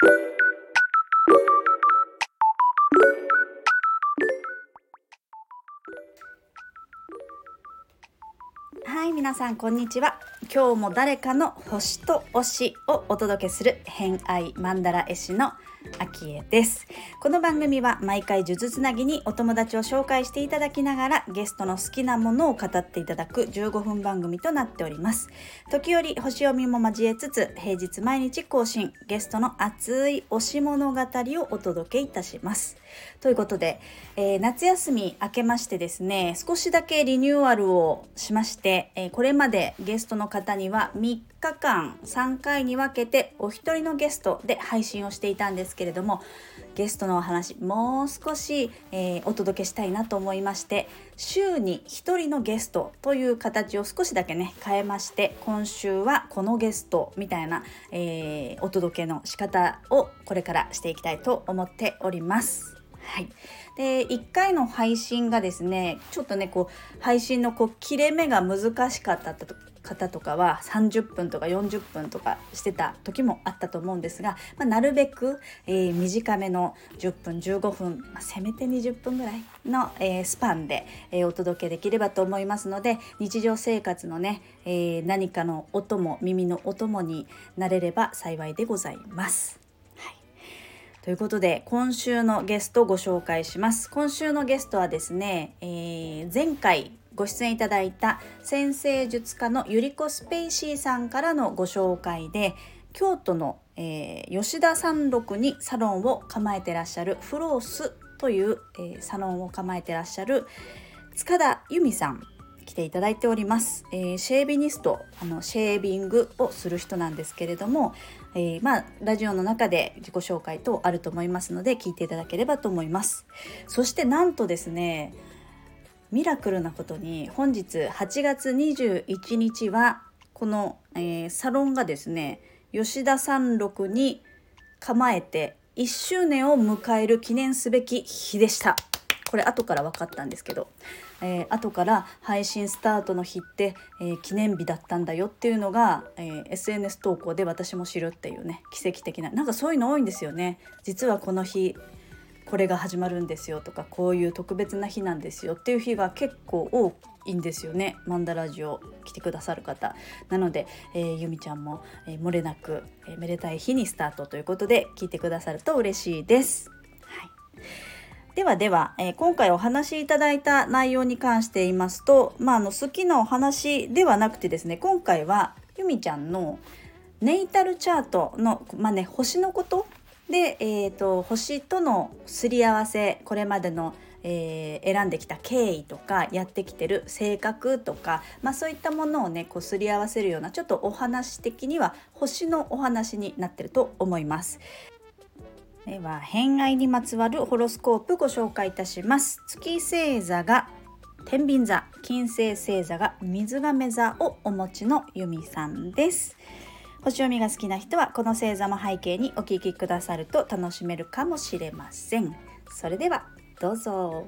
はい、皆さんこんにちは。今日も誰かの星と推しをお届けする偏愛マンダラ絵師のあきえです。この番組は毎回数珠つなぎにお友達を紹介していただきながらゲストの好きなものを語っていただく15分番組となっております。時折星読みも交えつつ平日毎日更新、ゲストの熱い推し物語をお届けいたします。ということで、夏休み明けましてですね、少しだけリニューアルをしまして、これまでゲストの方には3日間3回に分けてお一人のゲストで配信をしていたんですけれども、ゲストのお話もう少し、お届けしたいなと思いまして、週に1人のゲストという形を少しだけね変えまして、今週はこのゲストみたいな、お届けの仕方をこれからしていきたいと思っております。はい、で1回の配信がですね、ちょっとね配信の切れ目が難しかった方とかは30分とか40分とかしてた時もあったと思うんですが、なるべく、短めの10分15分、せめて20分ぐらいの、スパンで、お届けできればと思いますので、日常生活のね、何かのお供、耳のお供になれれば幸いでございます。ということで今週のゲストをご紹介します。今週のゲストはですね、前回ご出演いただいた占星術家のゆりこスペイシーさんからのご紹介で、京都の、吉田山麓にサロンを構えてらっしゃるフロースという、サロンを構えてらっしゃる塚田由美さん来ていただいております。シェービニスト、シェービングをする人なんですけれども、ラジオの中で自己紹介等あると思いますので聞いていただければと思います。そしてなんとですね、ミラクルなことに本日8月21日はこの、サロンがですね、吉田山麓に構えて1周年を迎える記念すべき日でした。これ後から分かったんですけど、後から配信スタートの日って、記念日だったんだよっていうのが、SNS 投稿で私も知るっていうね、奇跡的な、なんかそういうの多いんですよね。実はこの日これが始まるんですよとか、こういう特別な日なんですよっていう日が結構多いんですよね。マンダラジオ来てくださる方なので、ゆみちゃんも、漏れなく、めでたい日にスタートということで聞いてくださると嬉しいです。では、今回お話しいただいた内容に関して言いますと、好きなお話ではなくてですね、今回はゆみちゃんのネイタルチャートの、星のことで、星とのすり合わせ、これまでの、選んできた経緯とかやってきてる性格とか、そういったものをねすり合わせるような、ちょっとお話的には星のお話になってると思います。では偏愛にまつわるホロスコープご紹介いたします。月星座が天秤座、金星星座が水亀座をお持ちの由美さんです。星読みが好きな人はこの星座も背景にお聞きくださると楽しめるかもしれません。それではどうぞ。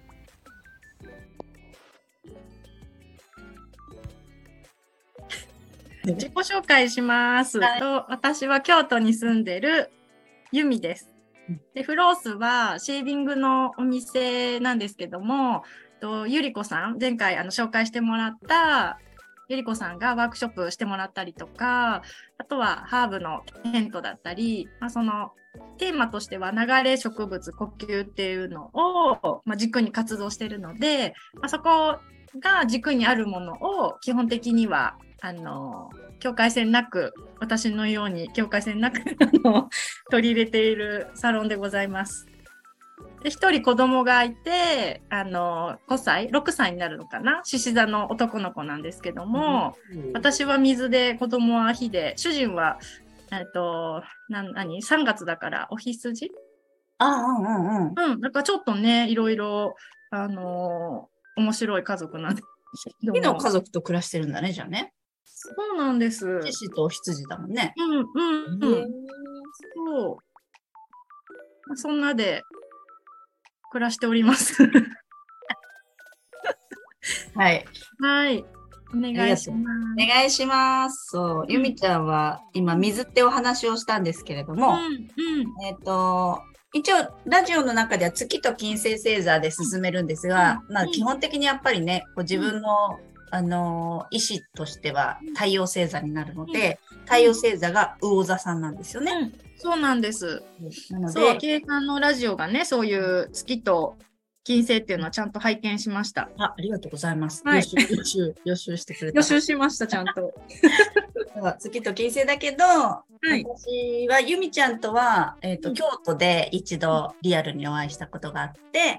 自己紹介します、私は京都に住んでる由美です。でフロースはシェービングのお店なんですけども、ゆりこさん、前回紹介してもらったゆりこさんがワークショップしてもらったりとか、あとはハーブのテントだったり、そのテーマとしては流れ植物呼吸っていうのを、軸に活動してるので、そこが軸にあるものを基本的には境界線なく、私のように境界線なく取り入れているサロンでございます。で一人子供がいて、6歳になるのかな、獅子座の男の子なんですけども、私は水で、子供は火で、主人は3月だからお羊。なんかちょっとね、いろいろ面白い家族なんですけども。 火の家族と暮らしてるんだね、じゃあね。 そうなんです。 獅子と羊だもんね。 そう。そんなで暮らしております。 はい。 はい。 お願いします。 お願いします。そう、ゆみちゃんは今水ってお話をしたんですけれども、一応ラジオの中では月と金星星座で進めるんですが、まあ基本的にやっぱりね、こう自分の意思としては太陽星座になるので、太陽星座が魚座さんなんですよね。 そうなんです。 なので、 そう、計算のラジオがね、そういう月と金星っていうのはちゃんと拝見しました。 ありがとうございます。 はい、 予習してくれた。 予習しました、ちゃんと。 月と金星だけど、私はゆみちゃんとは、京都で一度リアルにお会いしたことがあって、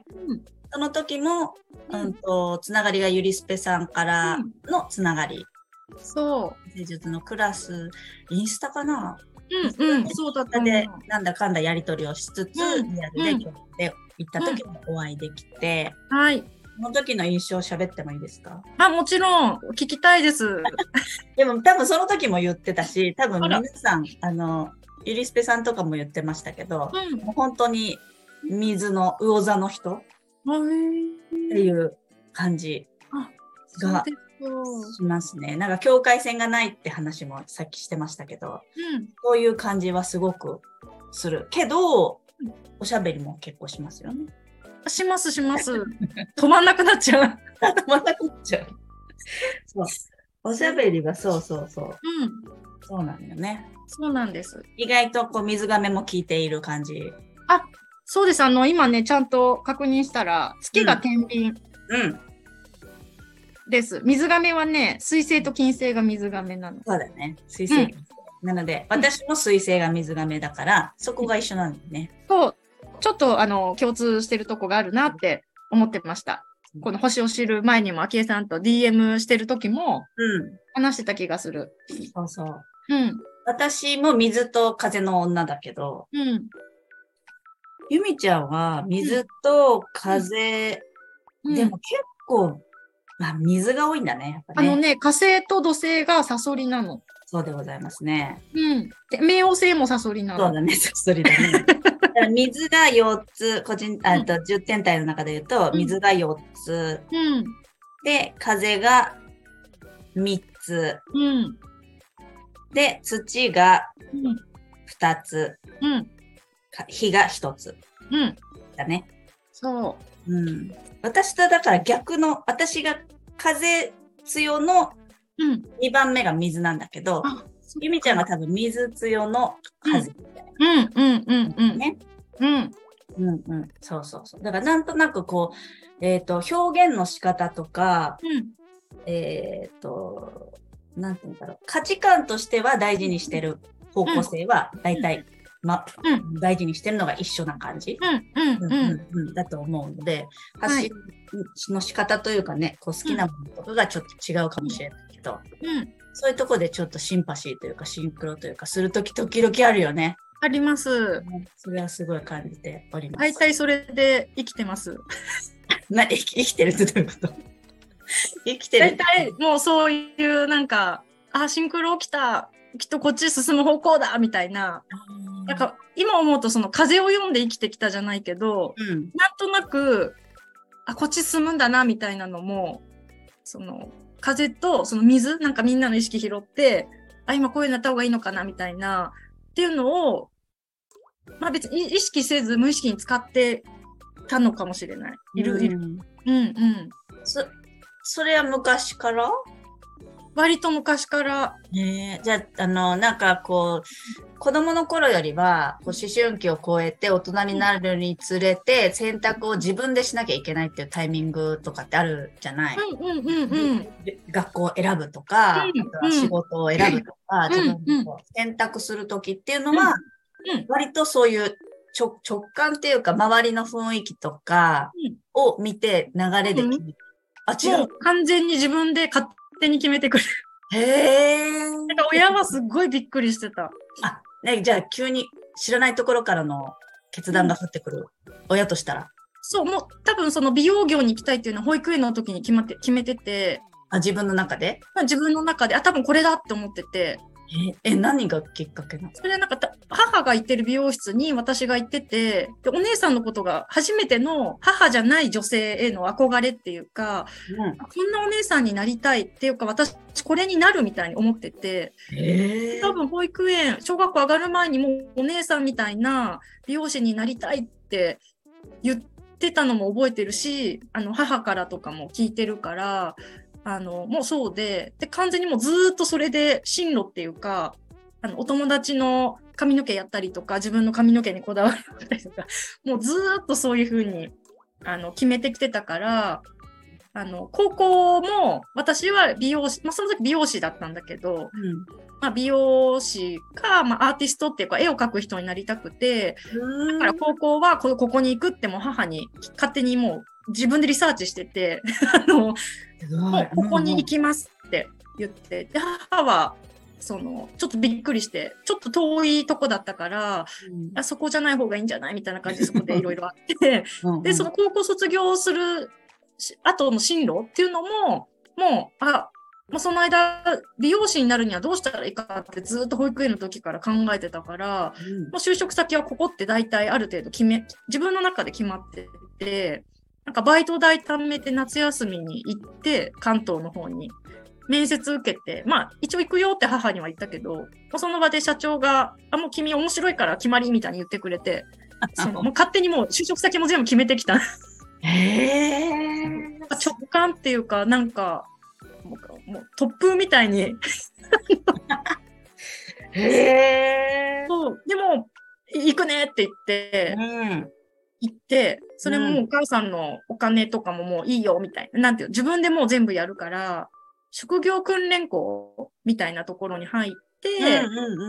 その時も、つながりがゆりすぺさんからのつながり。 そう。 施術のクラス、インスタかな？ そうだったで、なんだかんだやり取りをしつつ、リアルで京都で行った時もお会いできて、 はい。 その時の印象を喋ってもいいですか？ もちろん、聞きたいです。 でも多分その時も言ってたし、多分皆さん、ゆりすぺさんとかも言ってましたけど、もう本当に水の魚座の人っていう感じがしますね。なんか境界線がないって話もさっきしてましたけど、そういう感じはすごくする。けど、おしゃべりも結構しますよね。 します。止まんなくなっちゃう。 止まんなくなっちゃう。そう。おしゃべりはそう。そうなんだよね。 そうなんです。 意外とこう水亀も効いている感じ。 そうです。今ね、ちゃんと確認したら、月が天秤です。水亀はね、水星と金星が水亀なの。 そうだね。水星。なので、私も水星が水亀だから、そこが一緒なんだよね。 そう。ちょっと共通してるとこがあるなって思ってました。この星を知る前にも、あきえさんと DM してる時も、話してた気がする。 そう。私も水と風の女だけど、ゆみちゃんは水と風、でも結構、水が多いんだね。やっぱね、 火星と土星がサソリなの。 そうでございますね。 で、冥王星もサソリなの。 そうだね、サソリだね。水が4つ、10天体の中で言うと、水が4つ、で、風が3つ、で、土が2つ、火が1つ、だね。 そう。 私とだから逆の、私が風強の2番目が水なんだけど、ゆみちゃんが多分水強の風みたいな。ね。そう。だからなんとなくこう、表現の仕方とか、なんていうんだろう、価値観としては大事にしてる方向性は大体、大事にしてるのが一緒な感じだと思うので、発信の仕方というかね、こう好きなものとかがちょっと違うかもしれないけど、そういうところでちょっとシンパシーというかシンクロというかするとき時々あるよね。 あります。 それはすごい感じております。 大体それで生きてます。 生きてるってどういうこと？生きてる。 大体もうそういうなんか、シンクロ起きた、きっとこっち進む方向だみたいな。なんか今思うとその風を読んで生きてきたじゃないけど、なんとなく、こっち進むんだなみたいなのも、その風とその水、なんかみんなの意識拾って、今こういうのやった方がいいのかなみたいな、っていうのを、別に意識せず無意識に使ってたのかもしれない。いる。 それは昔から？ 割と昔から。 じゃあ、なんかこう、子供の頃よりは、こう思春期を超えて大人になるにつれて、選択を自分でしなきゃいけないっていうタイミングとかってあるじゃない？学校を選ぶとか、あとは仕事を選ぶとか、自分で選択するときっていうのは、割とそういう直感っていうか、周りの雰囲気とかを見て流れで決める。 違う。完全に自分で勝手に決めてくる。なんか親はすっごいびっくりしてた。 じゃあ急に知らないところからの決断が降ってくる。親としたら。 そう、もう多分その美容業に行きたいっていうのは保育園の時に決めてて。 自分の中で？ 自分の中で、多分これだって思ってて。 何がきっかけなの？ それはなんか母が行ってる美容室に私が行ってて、でお姉さんのことが初めての母じゃない女性への憧れっていうか、こんなお姉さんになりたいっていうか、私これになるみたいに思ってて、多分保育園、小学校上がる前にもうお姉さんみたいな美容師になりたいって言ってたのも覚えてるし、母からとかも聞いてるから、もうそうで、完全にもうずーっとそれで進路っていうか、お友達の髪の毛やったりとか、自分の髪の毛にこだわったりとか、もうずーっとそういうふうに、決めてきてたから、高校も私は美容師、その時美容師だったんだけど、美容師か、アーティストっていうか絵を描く人になりたくて、だから高校はここに行くっても母に勝手にもう自分でリサーチしてて、もうここに行きますって言って、で母はちょっとびっくりして、ちょっと遠いとこだったから、そこじゃない方がいいんじゃないみたいな感じでそこでいろいろあって、で、その高校卒業する後の進路っていうのも、もうその間、美容師になるにはどうしたらいいかってずっと保育園の時から考えてたから、もう就職先はここって大体ある程度自分の中で決まってて、なんかバイト代貯めて夏休みに行って、関東の方に面接受けて、一応行くよって母には言ったけど、その場で社長が、もう君面白いから決まりみたいに言ってくれて、もう勝手にもう就職先も全部決めてきた。直感っていうか、なんか、もう突風みたいにそう。でも、行くねって言って、行って、それももうお母さんのお金とかももういいよみたいな。なんていう、自分でもう全部やるから、職業訓練校みたいなところに入って、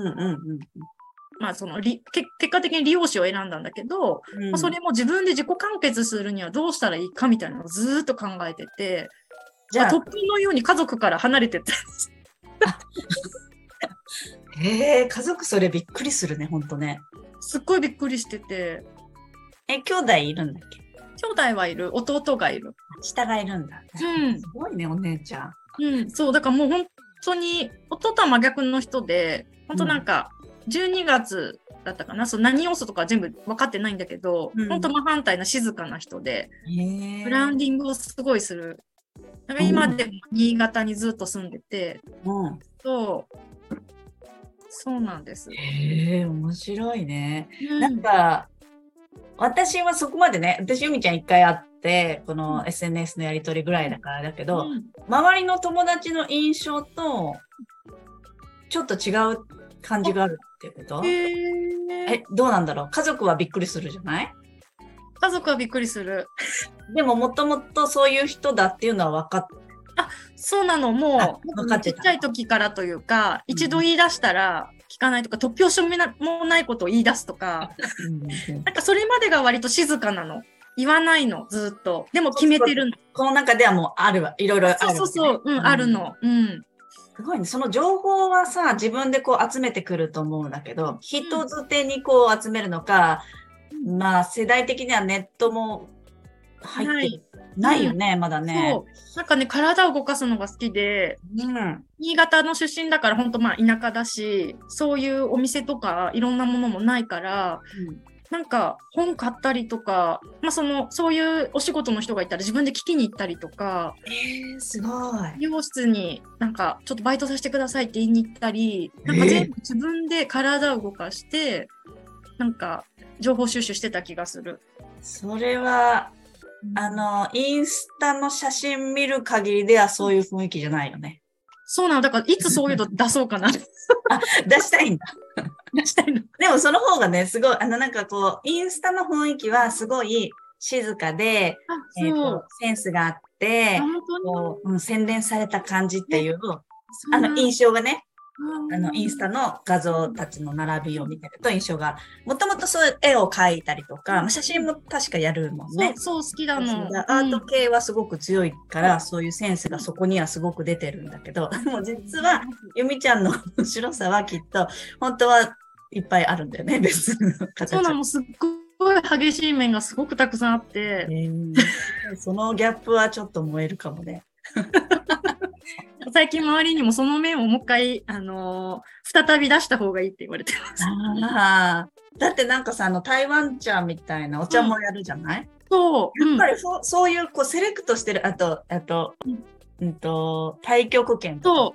結果的に理容師を選んだんだけど、それも自分で自己完結するにはどうしたらいいかみたいなのをずーっと考えてて、じゃあ突風のように家族から離れてったんです。 家族それびっくりするね、ほんとね。 すっごいびっくりしてて。 兄弟いるんだっけ？ 兄弟はいる。弟がいる。 下がいるんだ。すごいね、お姉ちゃん。そう、だからもう本当に、弟は真逆の人で、本当なんか、12月だったかな、何要素とか全部分かってないんだけど、本当真反対な静かな人で、ブランディングをすごいする。だから今でも新潟にずっと住んでて、そうなんです。 面白いね。なんか、私はそこまでね、私、ゆみちゃん一回会って、この SNS のやりとりぐらいだからだけど、周りの友達の印象と、ちょっと違う感じがあるっていうこと？どうなんだろう？家族はびっくりするじゃない？ 家族はびっくりする。 でももともとそういう人だっていうのは分かって。 そうなの、もう、ちっちゃい時からというか、一度言い出したら聞かないとか、突拍子もないことを言い出すとか、なんかそれまでが割と静かなの。言わないの、ずっと。でも決めてるの。 この中ではもうあるわ。いろいろあるわ、ね。 そう、あるの。 すごいね。その情報はさ、自分でこう集めてくると思うんだけど、人づてにこう集めるのか、世代的にはネットも入ってないよね、まだね。 そう。なんかね、体を動かすのが好きで、新潟の出身だから本当田舎だし、そういうお店とかいろんなものもないから、なんか本買ったりとか、そういうお仕事の人がいたら自分で聞きに行ったりとか、 すごい。 美容室になんかちょっとバイトさせてくださいって言いに行ったり、なんか全部自分で体を動かして、なんか情報収集してた気がする。 それは、インスタの写真見る限りではそういう雰囲気じゃないよね。 そうなの。だからいつそういうの出そうかな。 出したいんだ。 出したいの。 でもその方がね、すごい、なんかこう、インスタの雰囲気はすごい静かで、センスがあって、洗練された感じっていう、印象がね、インスタの画像たちの並びを見てると印象が、もともとそういう絵を描いたりとか、写真も確かやるもんね。 そう、好きだの。 アート系はすごく強いから、そういうセンスがそこにはすごく出てるんだけど、もう実は、ゆみちゃんの面白さはきっと、本当はいっぱいあるんだよね、別の形。 そうなの、すっごい激しい面がすごくたくさんあって。 そのギャップはちょっと燃えるかもね。 最近周りにもその面をもう一回、再び出した方がいいって言われてます。 ああ、だってなんかさ、台湾茶みたいなお茶もやるじゃない、 そう。 やっぱりそういうこうセレクトしてる、あと、太極拳とか、 そう。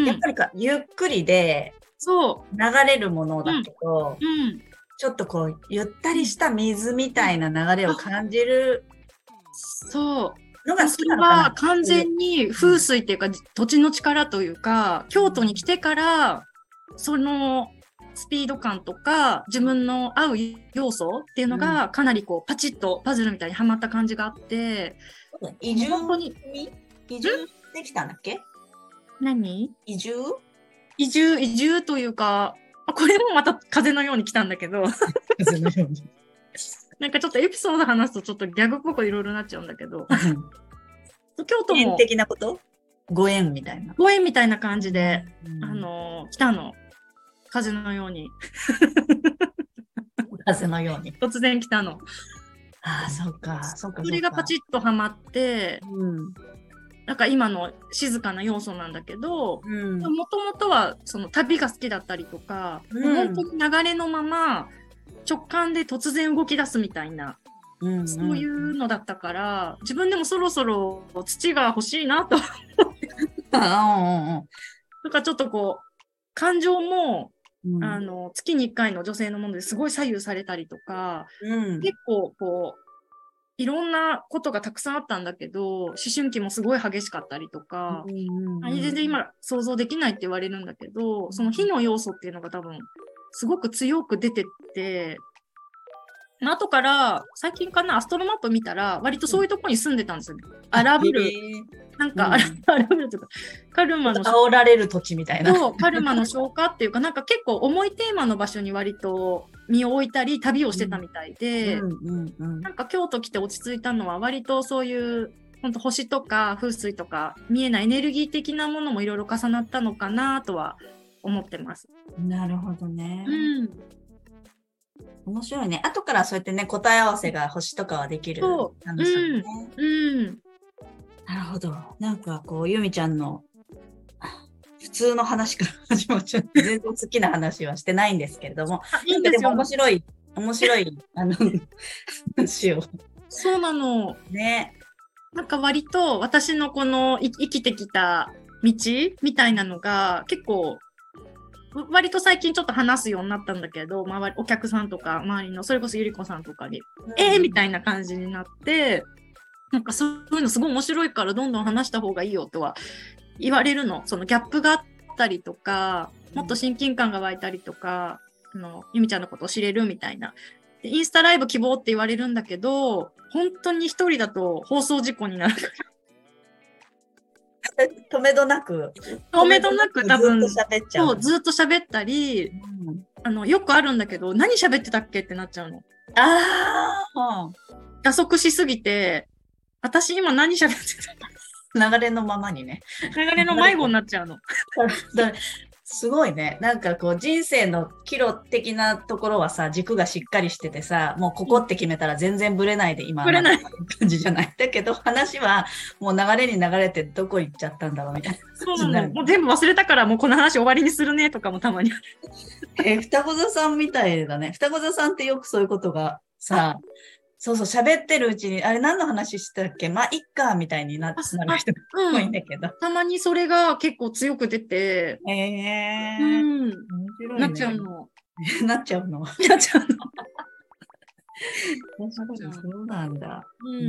やっぱりゆっくりでそ流れるものだけど、ちょっとこう、ゆったりした水みたいな流れを感じるそうのが好それきなのかな。 は完全に風水っていうか、土地の力というか、京都に来てから、そのスピード感とか、自分の合う要素っていうのが、かなりこう、パチッとパズルみたいにはまった感じがあって、 移住本当にできたんだっけ？移住というか、これもまた風のように来たんだけど、 風のように。 なんかちょっとエピソード話すとちょっとギャグっぽくいろいろなっちゃうんだけど、京都も縁的なこと？ご縁みたいな。 ご縁みたいな感じで、来たの。風のように。 風のように。 突然来たの。 ああ、そうか。 それがパチッとはまって、なんか今の静かな要素なんだけど、もともとはその旅が好きだったりとか、本当に流れのまま直感で突然動き出すみたいな、そういうのだったから、自分でもそろそろ土が欲しいなと思って。とかちょっとこう、感情も、月に1回の女性のものですごい左右されたりとか、結構こう、いろんなことがたくさんあったんだけど、思春期もすごい激しかったりとか、全然今想像できないって言われるんだけど、その火の要素っていうのが多分、すごく強く出てって、後から最近かな、アストロマップ見たら、割とそういうとこに住んでたんですよね。荒ぶる。なんか、荒ぶるというか、カルマの。 煽られる土地みたいな。 そう、カルマの消化っていうか、なんか結構重いテーマの場所に割と身を置いたり、旅をしてたみたいで、なんか京都来て落ち着いたのは、割とそういう、本当星とか風水とか、見えないエネルギー的なものもいろいろ重なったのかなとは思ってます。 なるほどね。面白いね。後からそうやってね、答え合わせが星とかはできる楽しさね。なるほど。なんかこう、ゆみちゃんの普通の話から始まっちゃって、全然好きな話はしてないんですけれども、 いいんですよ。 でも面白い話を。 そうなの。 ね。 なんか割と私のこの生きてきた道みたいなのが結構割と最近ちょっと話すようになったんだけど、お客さんとか周りのそれこそゆりこさんとかに、みたいな感じになって、なんかそういうのすごい面白いからどんどん話した方がいいよとは言われるの。そのギャップがあったりとか、もっと親近感が湧いたりとか、ゆみちゃんのことを知れるみたいな。でインスタライブ希望って言われるんだけど、本当に一人だと放送事故になるから。 止めどなく多分ずっと喋っちゃう。 そう、ずっと喋ったり、よくあるんだけど、何喋ってたっけってなっちゃうの。加速しすぎて、私今何喋ってた？流れのままにね。 流れの迷子になっちゃうの。 すごいね。なんかこう人生の岐路的なところはさ、軸がしっかりしててさ、もうここって決めたら全然ブレないで今の感じじゃない。だけど話はもう流れに流れてどこ行っちゃったんだろうみたいな。 そうなの。もう全部忘れたからもうこの話終わりにするねとかもたまにある。双子座さんみたいだね。双子座さんってよくそういうことがさ、そう喋ってるうちに、あれ何の話してたっけ？まあ、いっか、みたいになる人が多いんだけど。 たまにそれが結構強く出て、なっちゃうの。 なっちゃうの。そうなんだ。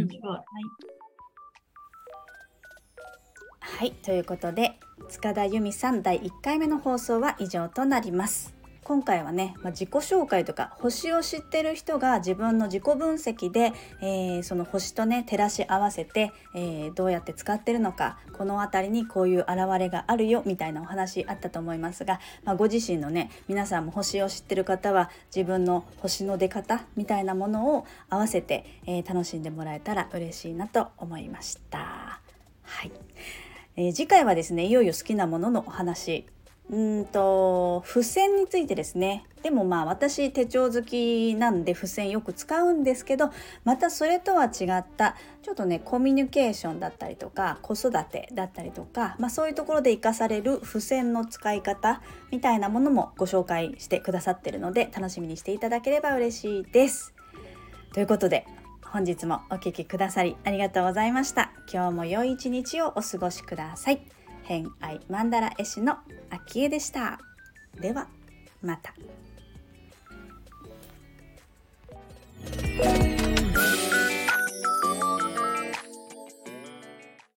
はい、ということで、塚田由美さん第1回目の放送は以上となります。今回はね、自己紹介とか星を知ってる人が自分の自己分析で、その星とね照らし合わせて、どうやって使ってるのか、このあたりにこういう現れがあるよみたいなお話あったと思いますが、ご自身のね皆さんも星を知ってる方は自分の星の出方みたいなものを合わせて、楽しんでもらえたら嬉しいなと思いました。はい、次回はですねいよいよ好きなもののお話付箋についてですね。でも私手帳好きなんで付箋よく使うんですけど、またそれとは違ったちょっとねコミュニケーションだったりとか子育てだったりとか、そういうところで活かされる付箋の使い方みたいなものもご紹介してくださってるので、楽しみにしていただければ嬉しいです。ということで本日もお聞きくださりありがとうございました。今日も良い一日をお過ごしください。偏愛マンダラ絵師のあきえでした。ではまた。